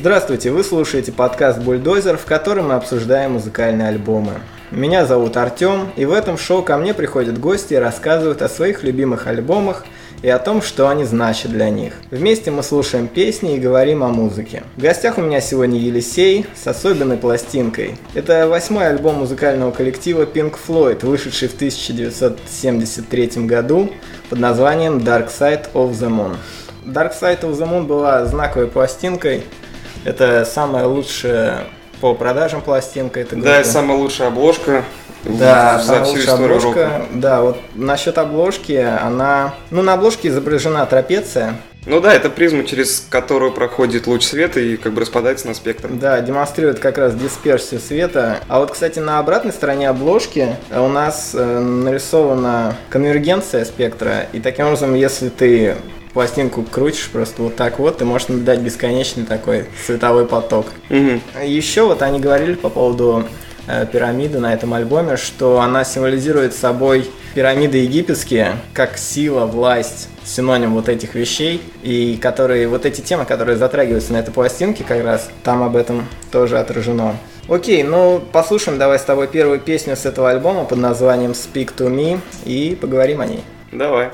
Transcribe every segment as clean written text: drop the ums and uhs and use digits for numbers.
Здравствуйте, вы слушаете подкаст «Бульдозер», в котором мы обсуждаем музыкальные альбомы. Меня зовут Артем, и в этом шоу ко мне приходят гости и рассказывают о своих любимых альбомах и о том, что они значат для них. Вместе мы слушаем песни и говорим о музыке. В гостях у меня сегодня Елисей с особенной пластинкой. Это 8-й альбом музыкального коллектива Pink Floyd, вышедший в 1973 году под названием Dark Side of the Moon. Dark Side of the Moon была знаковой пластинкой. Это самая лучшая по продажам пластинка. Это да, и самая лучшая обложка. Да, самая лучшая обложка. Да, вот насчет обложки, она... на обложке изображена трапеция. Ну да, это призма, через которую проходит луч света и распадается на спектр. Да, демонстрирует как раз дисперсию света. А вот, кстати, на обратной стороне обложки у нас нарисована конвергенция спектра. И таким образом, если ты пластинку крутишь просто вот так вот, ты можешь наблюдать бесконечный такой световой поток. Еще вот они говорили по поводу пирамиды на этом альбоме, что она символизирует собой пирамиды египетские, как сила, власть, синоним вот этих вещей, и которые, вот эти темы, которые затрагиваются на этой пластинке, как раз там об этом тоже отражено. Окей, послушаем давай с тобой первую песню с этого альбома под названием Speak to Me и поговорим о ней. Давай.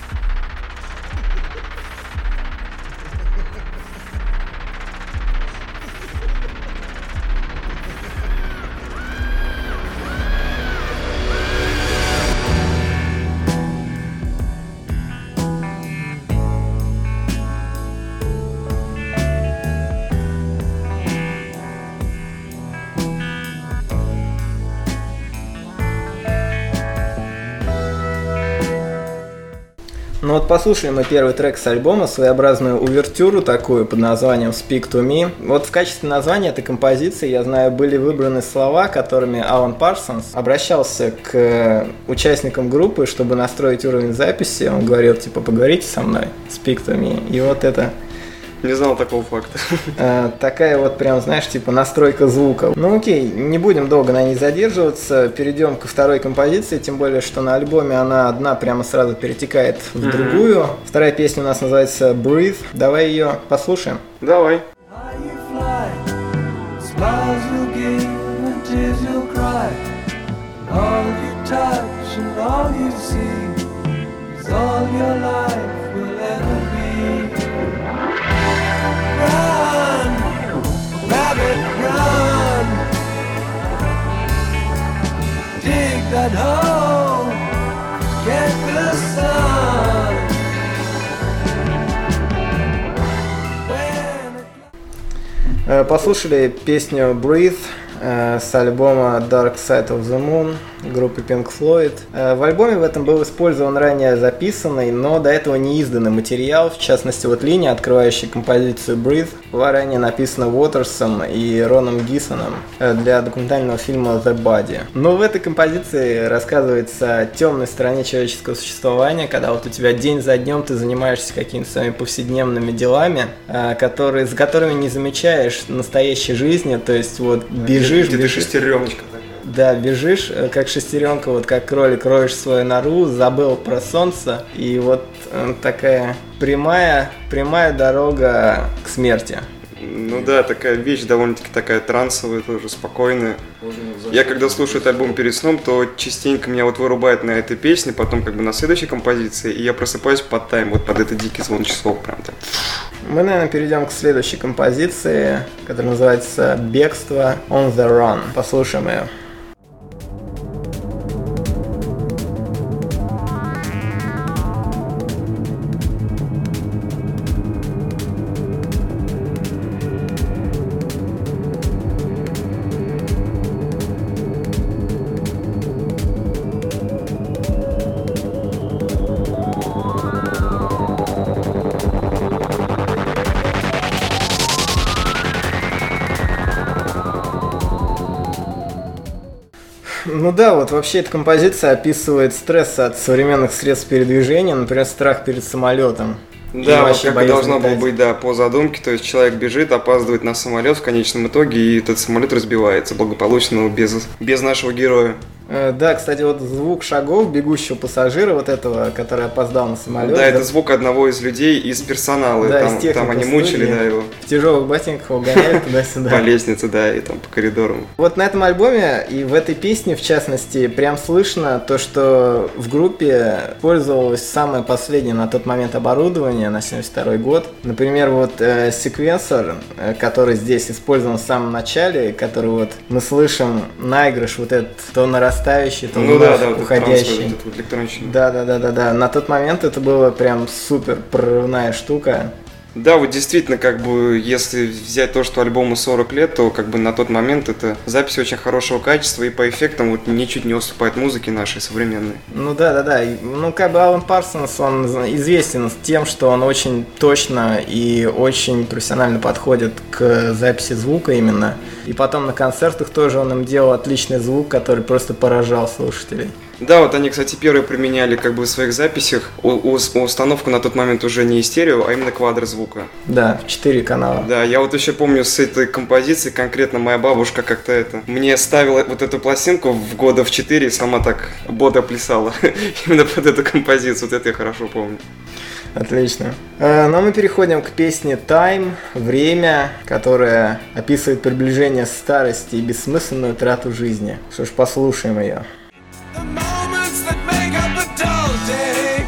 Послушаем мы первый трек с альбома, своеобразную увертюру такую под названием Speak to Me. Вот в качестве названия этой композиции, я знаю, были выбраны слова, которыми Алан Парсонс обращался к участникам группы, чтобы настроить уровень записи. Он говорил, поговорите со мной, Speak to Me. И вот это... Не знал такого факта. Такая вот прям, знаешь, настройка звука. Окей, не будем долго на ней задерживаться, перейдем ко второй композиции, тем более, что на альбоме она одна прямо сразу перетекает в другую. Вторая песня у нас называется Breathe. Давай ее послушаем. Давай. That hole, get the sun. Послушали песню Breathe с альбома Dark Side of the Moon группы Pink Floyd. В альбоме в этом был использован ранее записанный, но до этого не изданный материал, в частности линия, открывающая композицию Breathe, была ранее написана Уотерсом и Роном Гисоном для документального фильма The Body. Но в этой композиции рассказывается о темной стороне человеческого существования, когда вот у тебя день за днем ты занимаешься какими-то своими повседневными делами, за которыми не замечаешь настоящей жизни, то есть бежишь. Где-то шестереночка. Да, бежишь, как шестеренка, как кролик, роешь свою нору, забыл про солнце, и такая прямая дорога к смерти. Да, такая вещь довольно-таки такая трансовая, тоже спокойная. Я когда слушаю этот альбом перед сном, то частенько меня вырубает на этой песне, потом на следующей композиции, и я просыпаюсь под тайм, под этот дикий звон часов прям так. Мы, наверное, перейдем к следующей композиции, которая называется «Бегство on the Run». Послушаем ее. Вообще эта композиция описывает стресс от современных средств передвижения, например, страх перед самолетом. Да, как и должно было быть, по задумке, то есть человек бежит, опаздывает на самолет в конечном итоге, и этот самолет разбивается благополучно без нашего героя. Да, кстати, вот звук шагов бегущего пассажира, вот этого, который опоздал на самолет. Да, это звук одного из людей из персонала. Да, Там они мучили, да, его. В тяжелых ботинках его гоняли туда-сюда. По лестнице, да, и там по коридорам. Вот на этом альбоме и в этой песне, в частности, прям слышно то, что в группе использовалось самое последнее на тот момент оборудование на 72 год. Например, вот секвенсор, который здесь использован в самом начале, который вот мы слышим наигрыш вот этот, то нарастающий, то уходящий. Да. На тот момент это было прям супер прорывная штука. Да, вот действительно, как бы, если взять то, что альбому 40 лет, то как бы на тот момент это запись очень хорошего качества и по эффектам вот ничуть не уступает музыке нашей современной. Ну да. Ну как бы Алан Парсонс, он известен тем, что он очень точно и очень профессионально подходит к записи звука именно. И потом на концертах тоже он им делал отличный звук, который просто поражал слушателей. Да, вот они, кстати, первые применяли как бы в своих записях установку на тот момент уже не стерео, а именно квадрозвука. Да, в 4 канала. Да, я вот еще помню с этой композицией, конкретно моя бабушка как-то мне ставила вот эту пластинку в года в 4 и сама так бодро плясала именно под эту композицию, вот это я хорошо помню. Отлично. Но мы переходим к песне «Time», «Время», которая описывает приближение старости и бессмысленную трату жизни. Что ж, послушаем ее. The moments that make up a dull day,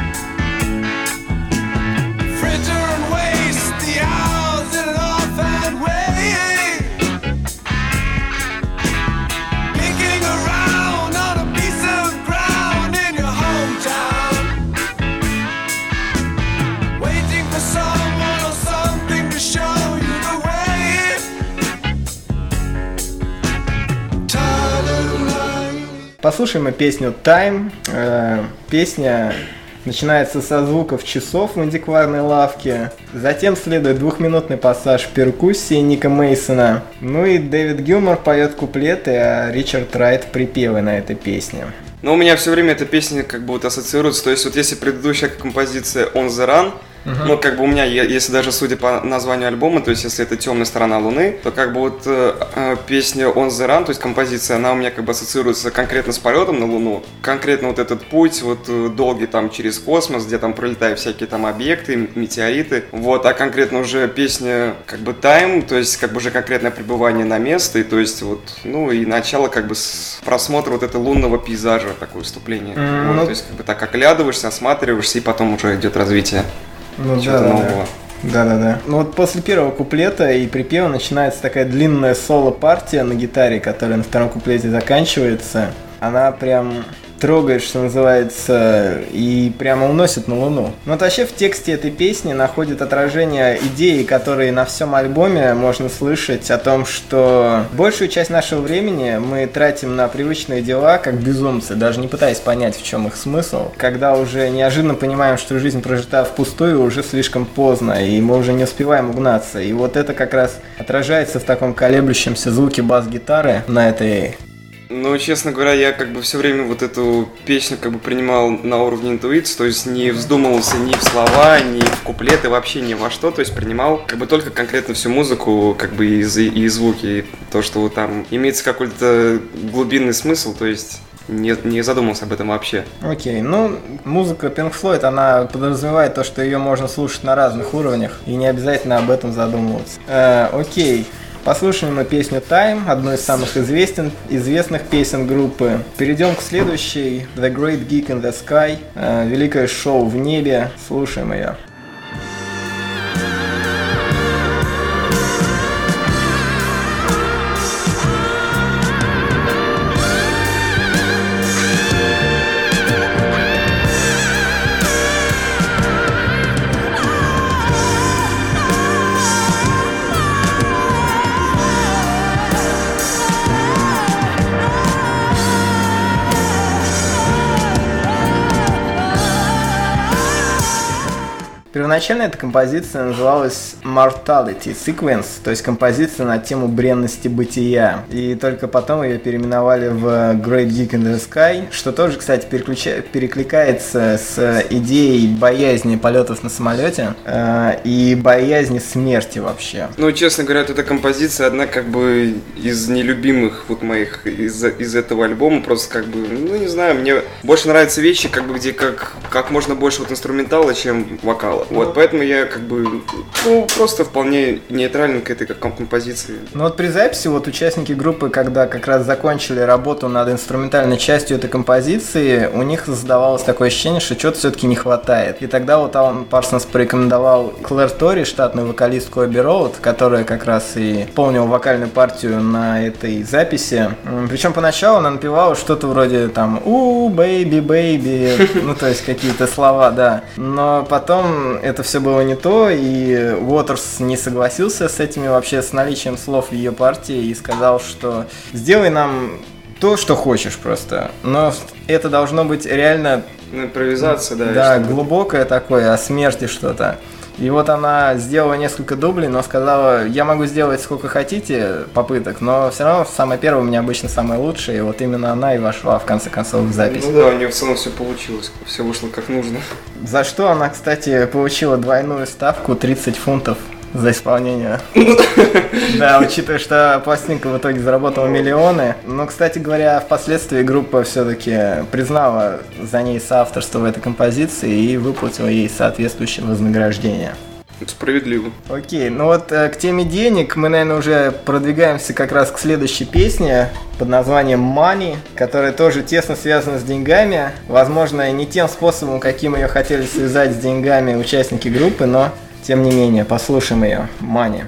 fritter and waste the hours in an offhand way, kicking around on a piece of ground in your hometown, waiting for someone or something to show you the way. Tired of life. Послушаем мы песню «Time». Песня начинается со звуков часов в антикварной лавке. Затем следует двухминутный пассаж перкуссии Ника Мейсона. Ну и Дэвид Гилмор поет куплеты, а Ричард Райт припевы на этой песне. Но у меня все время эта песня как бы вот ассоциируется, то есть вот если предыдущая композиция «On the Run», ну, как бы у меня, если даже судя по названию альбома, то есть если это «Темная сторона Луны», то как бы вот песня «On the Run», то есть композиция, она у меня как бы ассоциируется конкретно с полетом на Луну, конкретно вот этот путь, вот долгий там через космос, где там пролетают всякие там объекты, метеориты, вот, а конкретно уже песня как бы «Time», то есть как бы уже конкретное пребывание на месте, и то есть вот, ну, и начало как бы с просмотра вот этого лунного пейзажа, такое выступление, вот, то есть как бы так оглядываешься, осматриваешься, и потом уже идет развитие. Ну нового. Да. Ну вот после первого куплета и припева начинается такая длинная соло-партия на гитаре, которая на втором куплете заканчивается. Она прям трогает, что называется, и прямо уносит на Луну. Но вот вообще в тексте этой песни находит отражение идеи, которые на всем альбоме можно слышать, о том, что большую часть нашего времени мы тратим на привычные дела, как безумцы, даже не пытаясь понять, в чем их смысл, когда уже неожиданно понимаем, что жизнь прожита впустую, уже слишком поздно, и мы уже не успеваем угнаться. И вот это как раз отражается в таком колеблющемся звуке бас-гитары на этой... Ну, честно говоря, я как бы все время вот эту песню как бы принимал на уровне интуиции, то есть не вздумывался ни в слова, ни в куплеты, вообще ни во что, то есть принимал как бы только конкретно всю музыку, как бы и звуки, и то, что вот там имеется какой-то глубинный смысл, то есть не задумался об этом вообще. Окей, ну, музыка Pink Floyd, она подразумевает то, что ее можно слушать на разных уровнях, и не обязательно об этом задумываться. Окей. Послушаем мы песню «Time», одну из самых известных песен группы. Перейдем к следующей, «The Great Geek in the Sky», «Великое шоу в небе». Слушаем ее. Первоначально эта композиция называлась Mortality Sequence, то есть композиция на тему бренности бытия. И только потом ее переименовали в Great Gig in the Sky, что тоже, кстати, перекликается с идеей боязни полетов на самолете и боязни смерти вообще. Ну, честно говоря, эта композиция одна как бы из нелюбимых вот моих из этого альбома. Просто как бы, ну не знаю, мне больше нравятся вещи, как бы где как можно больше вот инструментала, чем вокала. Вот, поэтому я как бы, ну, просто вполне нейтрален к этой композиции. Ну вот при записи вот участники группы, когда как раз закончили работу над инструментальной частью этой композиции, у них создавалось такое ощущение, что чего-то все-таки не хватает. И тогда вот Алан Парсонс порекомендовал Клэр Тори, штатную вокалистку Эбби Роуд, которая как раз и исполнила вокальную партию на этой записи. Причем поначалу она напевала что-то вроде там бэйби, бэйби, ну то есть какие-то слова, да. Но потом это все было не то, и Уотерс не согласился с этими вообще, с наличием слов в ее партии, и сказал, что сделай нам то, что хочешь просто. Но это должно быть реально... Импровизация, да. Да, глубокое такое, о смерти что-то. И вот она сделала несколько дублей, но сказала, я могу сделать сколько хотите попыток, но все равно самая первая у меня обычно самая лучшая, и вот именно она и вошла в конце концов в запись. Ну да, у нее в целом все получилось, все вышло как нужно. За что она, кстати, получила двойную ставку 30 фунтов за исполнение. Да, учитывая, что пластинка в итоге заработала миллионы. Но, кстати говоря, впоследствии группа все-таки признала за ней соавторство в этой композиции и выплатила ей соответствующее вознаграждение. Справедливо. Окей, ну вот к теме денег мы, наверное, уже продвигаемся как раз к следующей песне под названием Money, которая тоже тесно связана с деньгами. Возможно, не тем способом, каким ее хотели связать с деньгами участники группы, но тем не менее, послушаем ее. Money.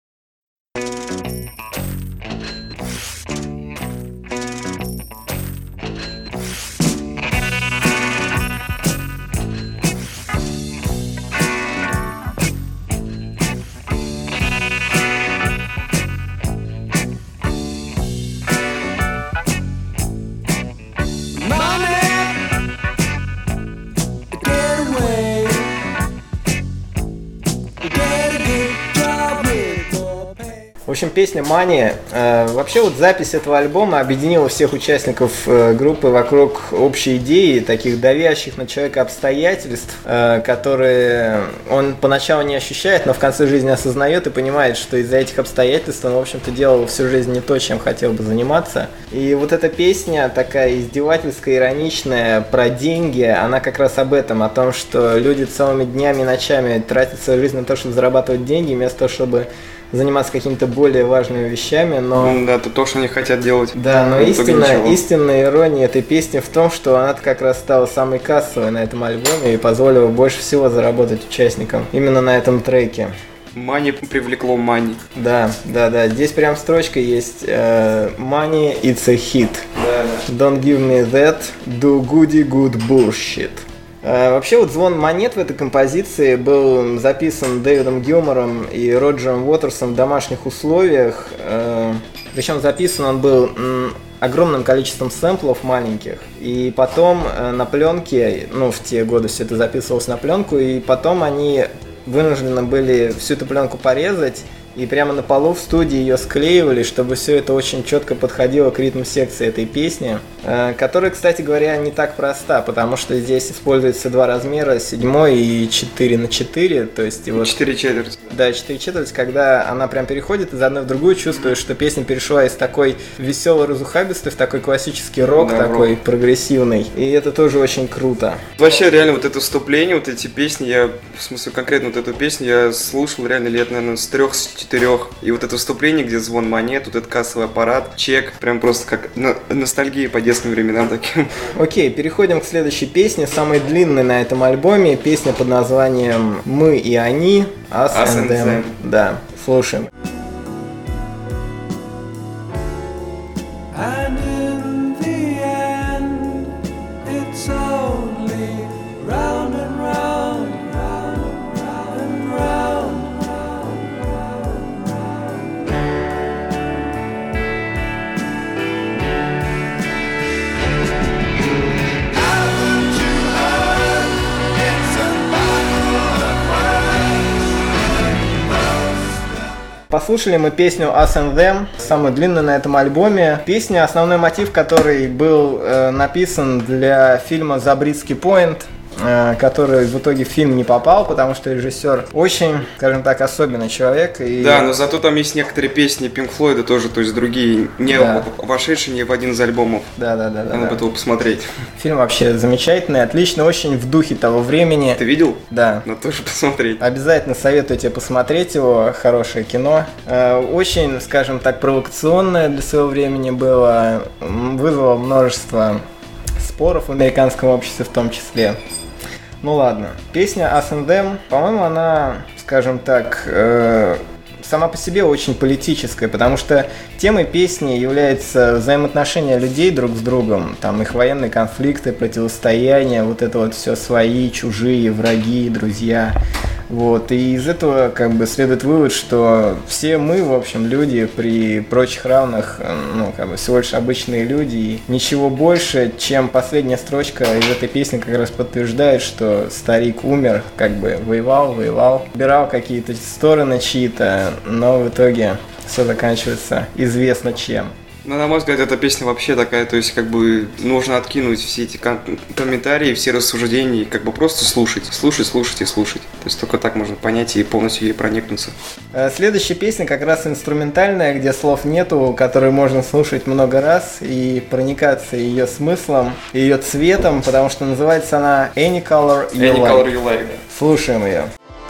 В общем, песня Money. Вообще вот запись этого альбома объединила всех участников группы вокруг общей идеи, таких давящих на человека обстоятельств, которые он поначалу не ощущает, но в конце жизни осознает и понимает, что из-за этих обстоятельств он, в общем-то, делал всю жизнь не то, чем хотел бы заниматься. И вот эта песня, такая издевательская, ироничная, про деньги, она как раз об этом, о том, что люди целыми днями и ночами тратят свою жизнь на то, чтобы зарабатывать деньги, вместо того, чтобы заниматься какими-то более важными вещами, но... Да, это то, что они хотят делать. Да, но истинная ирония этой песни в том, что она как раз стала самой кассовой на этом альбоме и позволила больше всего заработать участникам именно на этом треке. Money привлекло money. Да. Здесь прям строчка есть Money, it's a hit. Don't give me that, do goody good bullshit. Вообще вот звон монет в этой композиции был записан Дэвидом Гилмором и Роджером Уотерсом в домашних условиях. Причем записан он был огромным количеством сэмплов маленьких. И потом на пленке, ну в те годы все это записывалось на пленку, и потом они вынуждены были всю эту пленку порезать. И прямо на полу в студии ее склеивали, чтобы все это очень четко подходило к ритму секции этой песни, которая, кстати говоря, не так проста, потому что здесь используется два размера, 7 и 4/4, то есть... 4 четверти. Да, 4 четверти, когда она прям переходит из одной в другую, чувствуешь, что песня перешла из такой веселой разухабистой в такой классический рок, да, такой рок прогрессивный, и это тоже очень круто. Вообще, реально, вот это вступление, вот эти песни, в смысле, конкретно вот эту песню я слушал реально лет, наверное, с 3-4. И вот это вступление, где звон монет, вот этот кассовый аппарат, чек, прям просто как ностальгия по детским временам таким. Окей, переходим к следующей песне, самой длинной на этом альбоме, песня под названием «Мы и они», Us and Them. Да, слушаем. Haven't you heard? It's a battle of Послушали мы песню Us and Them, самую длинную на этом альбоме. Песня, основной мотив которой был написан для фильма «Забридский Пойнт», который в итоге в фильм не попал, потому что режиссер очень, скажем так, особенный человек. И... Да, но зато там есть некоторые песни Пинк Флойда тоже, то есть другие, не вошедшие ни в один из альбомов. Да. Надо бы этого посмотреть. Фильм вообще замечательный, отлично, очень в духе того времени. Ты видел? Да. Надо тоже посмотреть. Обязательно советую тебе посмотреть его, хорошее кино. Очень, скажем так, провокационное для своего времени было, вызвало множество споров в американском обществе в том числе. Ну ладно, песня Us and Them, по-моему, она, скажем так, сама по себе очень политическая, потому что темой песни является взаимоотношения людей друг с другом, там их военные конфликты, противостояния, вот это вот все свои, чужие, враги, друзья. Вот, и из этого как бы следует вывод, что все мы, в общем, люди при прочих равных, ну, как бы всего лишь обычные люди, и ничего больше, чем последняя строчка из этой песни как раз подтверждает, что старик умер, как бы воевал, убирал какие-то стороны чьи-то, но в итоге все заканчивается известно чем. Ну, на мой взгляд, эта песня вообще такая, то есть, как бы, нужно откинуть все эти комментарии, все рассуждения, и как бы просто слушать. То есть, только так можно понять и полностью ей проникнуться. Следующая песня как раз инструментальная, где слов нету, которую можно слушать много раз и проникаться ее смыслом, ее цветом, потому что называется она Any Color You Like. Слушаем ее.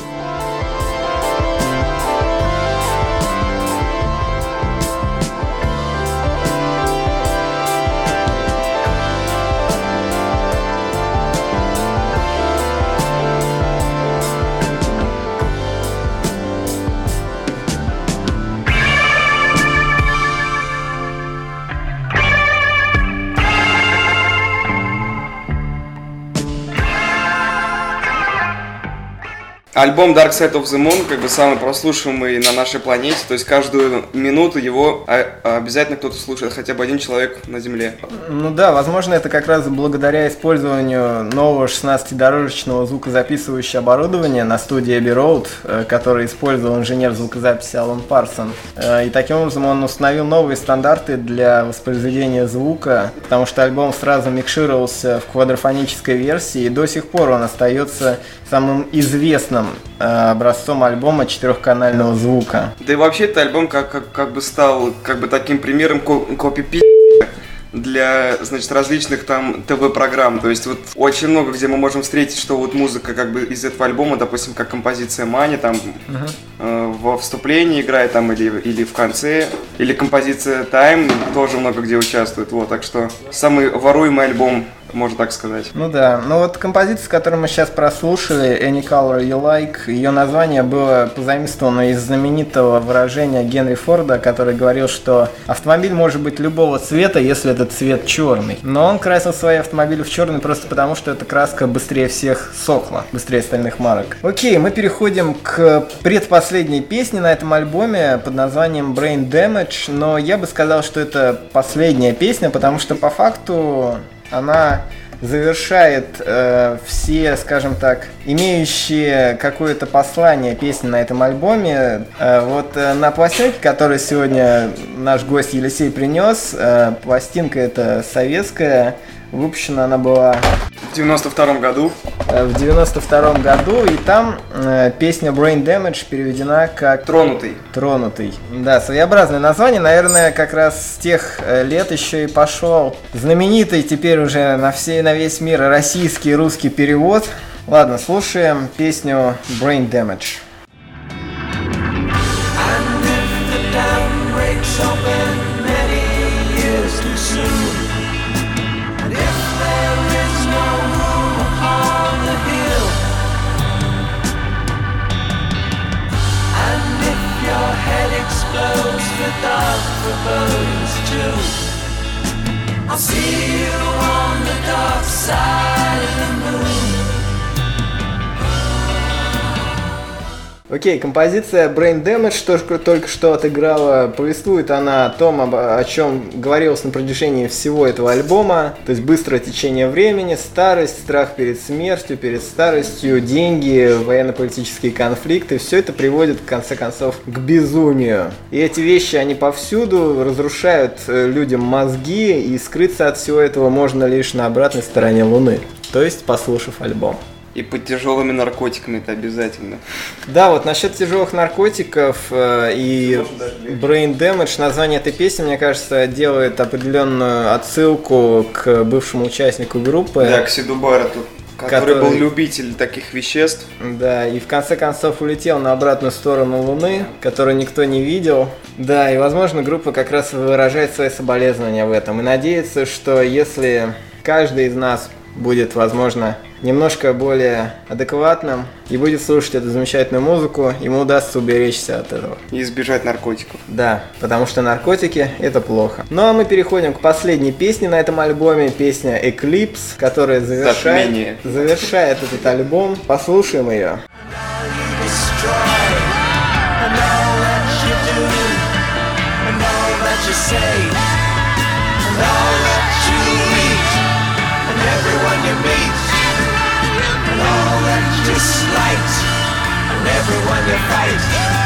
Альбом Dark Side of the Moon, как бы самый прослушиваемый на нашей планете, то есть каждую минуту его обязательно кто-то слушает, хотя бы один человек на Земле. Ну да, возможно, это как раз благодаря использованию нового 16-дорожечного звукозаписывающего оборудования на студии Abbey Road, который использовал инженер звукозаписи Алан Парсон. И таким образом он установил новые стандарты для воспроизведения звука, потому что альбом сразу микшировался в квадрофонической версии, и до сих пор он остается самым известным образцом альбома четырехканального звука. Да и вообще этот альбом как бы стал как бы таким примером копипи для, значит, различных там ТВ-программ. То есть вот очень много где мы можем встретить, что вот музыка как бы из этого альбома, допустим, как композиция Мани там во вступлении играет там или в конце, или композиция Time тоже много где участвует. Вот, так что самый воруемый альбом, можно так сказать. Ну да, ну вот композиция, которую мы сейчас прослушали, Any Color You Like, ее название было позаимствовано из знаменитого выражения Генри Форда, который говорил, что автомобиль может быть любого цвета, если этот цвет черный. Но он красил свои автомобили в черный просто потому, что эта краска быстрее всех сохла, быстрее остальных марок. Окей, мы переходим к предпоследней песне на этом альбоме под названием Brain Damage, но я бы сказал, что это последняя песня, потому что по факту она завершает все, скажем так, имеющие какое-то послание песни на этом альбоме. Вот на пластинке, которую сегодня наш гость Елисей принес, пластинка эта советская, выпущена она была в 92-м году. В 92-м году, и там песня Brain Damage переведена как Тронутый. Тронутый. Да, своеобразное название, наверное, как раз с тех лет еще и пошел знаменитый теперь уже на весь мир российский, русский перевод. Ладно, слушаем песню Brain Damage. I'll see you on the dark side of the moon. Окей, композиция Brain Damage только что отыграла. Повествует она о том, о чем говорилось на протяжении всего этого альбома. То есть быстрое течение времени, старость, страх перед смертью, перед старостью, деньги, военно-политические конфликты. Все это приводит, в конце концов, к безумию. И эти вещи, они повсюду разрушают людям мозги, и скрыться от всего этого можно лишь на обратной стороне Луны. То есть послушав альбом. И под тяжелыми наркотиками это обязательно. Да, вот насчет тяжелых наркотиков и Brain Damage, название этой песни, мне кажется, делает определенную отсылку к бывшему участнику группы. Да, к Сиду Барретту, который был любитель таких веществ. Да, и в конце концов улетел на обратную сторону Луны, которую никто не видел. Да, и возможно группа как раз выражает свои соболезнования в этом. И надеется, что если каждый из нас будет, возможно, немножко более адекватным и будет слушать эту замечательную музыку, ему удастся уберечься от этого. И избежать наркотиков. Да, потому что наркотики – это плохо. Ну а мы переходим к последней песне на этом альбоме, песня Eclipse, которая завершает этот альбом. Послушаем ее. Everyone you meet, and all that you slight, and everyone you fight,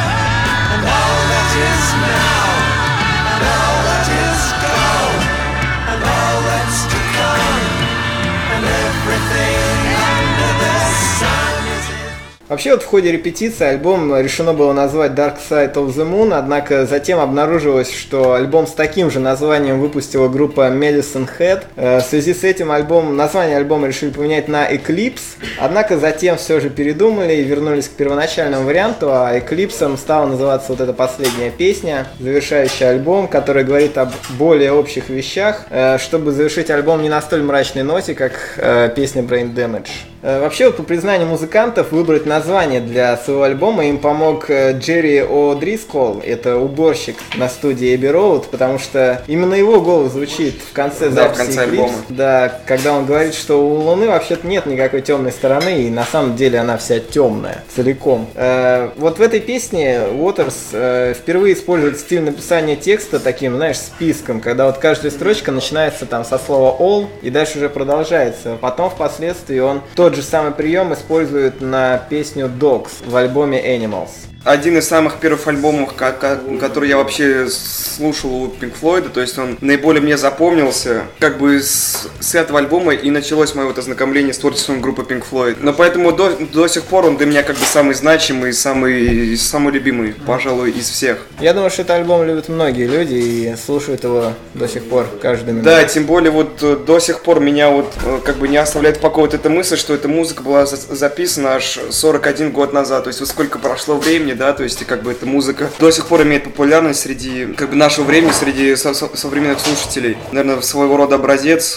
and all that is now, and all that is gone, and all that's to come, and everything under the sun is in. Вообще вот в ходе репетиции альбом решено было назвать Dark Side of the Moon, однако затем обнаружилось, что альбом с таким же названием выпустила группа Medicine Head. В связи с этим название альбома решили поменять на Eclipse, однако затем все же передумали и вернулись к первоначальному варианту, а Eclipse стала называться вот эта последняя песня, завершающая альбом, который говорит об более общих вещах, чтобы завершить альбом не на столь мрачной ноте, как песня Brain Damage. Вообще, вот по признанию музыкантов, выбрать название для своего альбома им помог Джерри О'Дрисколл, это уборщик на студии Abbey Road, потому что именно его голос звучит в конце записи альбома. Да, когда он говорит, что у Луны вообще-то нет никакой темной стороны, и на самом деле она вся темная, целиком. Вот в этой песне Уотерс впервые использует стиль написания текста таким, знаешь, списком, когда вот каждая строчка начинается там со слова all, и дальше уже продолжается. Потом впоследствии он тот же самый прием использует на песню Dogs в альбоме Animals. Один из самых первых альбомов, который я вообще слушал у Pink Floyd, то есть он наиболее мне запомнился. Как бы с этого альбома и началось мое вот ознакомление с творчеством группы Pink Floyd. Но поэтому до сих пор он для меня как бы самый значимый, самый любимый, пожалуй, из всех. Я думаю, что этот альбом любят многие люди и слушают его до сих пор каждый минут. Да, тем более вот до сих пор меня вот как бы не оставляет в покое вот эта мысль, что эта музыка была записана аж 41 год назад. То есть вот сколько прошло времени, да, то есть и как бы эта музыка до сих пор имеет популярность среди как бы нашего времени, среди современных слушателей. Наверное, своего рода образец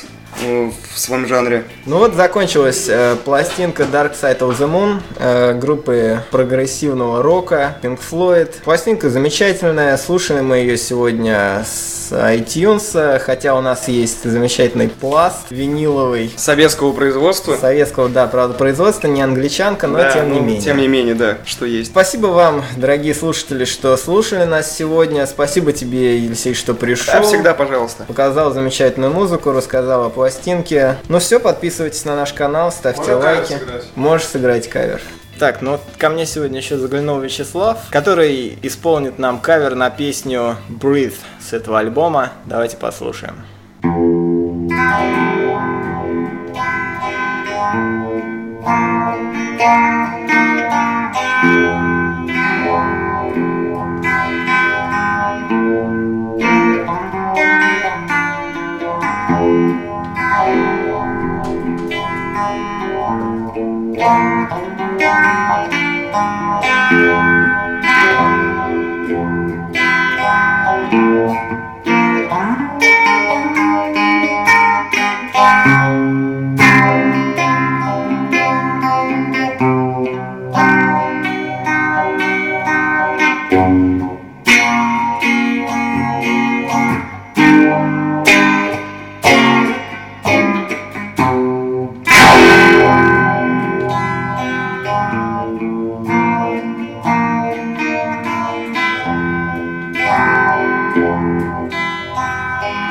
в своем жанре. Ну вот закончилась пластинка Dark Side of the Moon группы прогрессивного рока Pink Floyd. Пластинка замечательная, слушаем мы ее сегодня с iTunes, хотя у нас есть замечательный пласт виниловый. Советского производства. Советского, да, правда, производства, не англичанка, но да, тем не менее. Тем не менее, да, что есть. Спасибо вам, дорогие слушатели, что слушали нас сегодня. Спасибо тебе, Елисей, что пришел. Да, всегда, пожалуйста. Показал замечательную музыку, рассказал о пластинке. Ну все, подписывайтесь на наш канал, ставьте лайки. Можешь сыграть кавер. Так, ну вот ко мне сегодня еще заглянул Вячеслав, который исполнит нам кавер на песню Breathe с этого альбома. Давайте послушаем.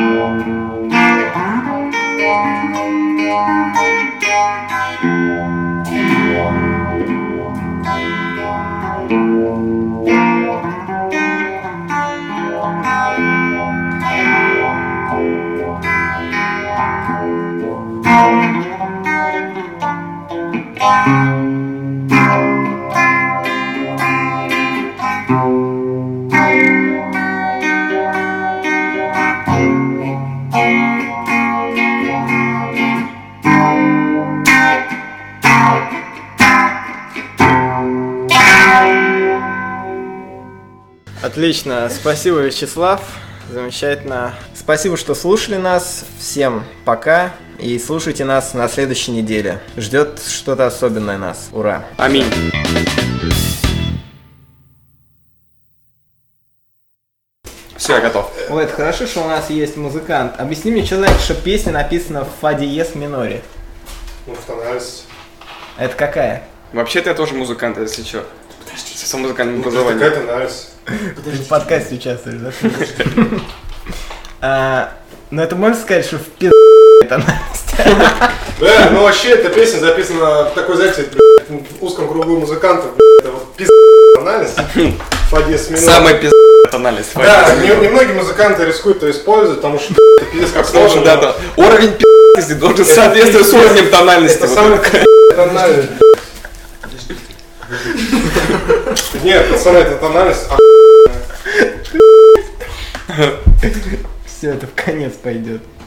Отлично, спасибо, Вячеслав, замечательно. Спасибо, что слушали нас, всем пока и слушайте нас на следующей неделе. Ждет что-то особенное нас, ура! Аминь. Все, я готов. Ой, это хорошо, что у нас есть музыкант. Объясни мне, что значит, что песня написана в фа диез миноре? Ну, в тональности. Это какая? Вообще-то я тоже музыкант, если что. Подожди, со музыкальным Ну, образованием. какая тональность? Ты в подкасте участвуешь, да? Ну это можно сказать, что в тональность? Да, ну вообще эта песня записана в такой, знаете, в узком кругу музыкантов, это вот тональность, фа диез минор. Самый тональность. Да, немногие музыканты рискуют это использовать, потому что это пиздец как сложно. Да. Уровень пи***ности должен соответствовать с уровнем тональности. Это самый тональность. Нет, пацаны, это тональность. Все, это в конец пойдет.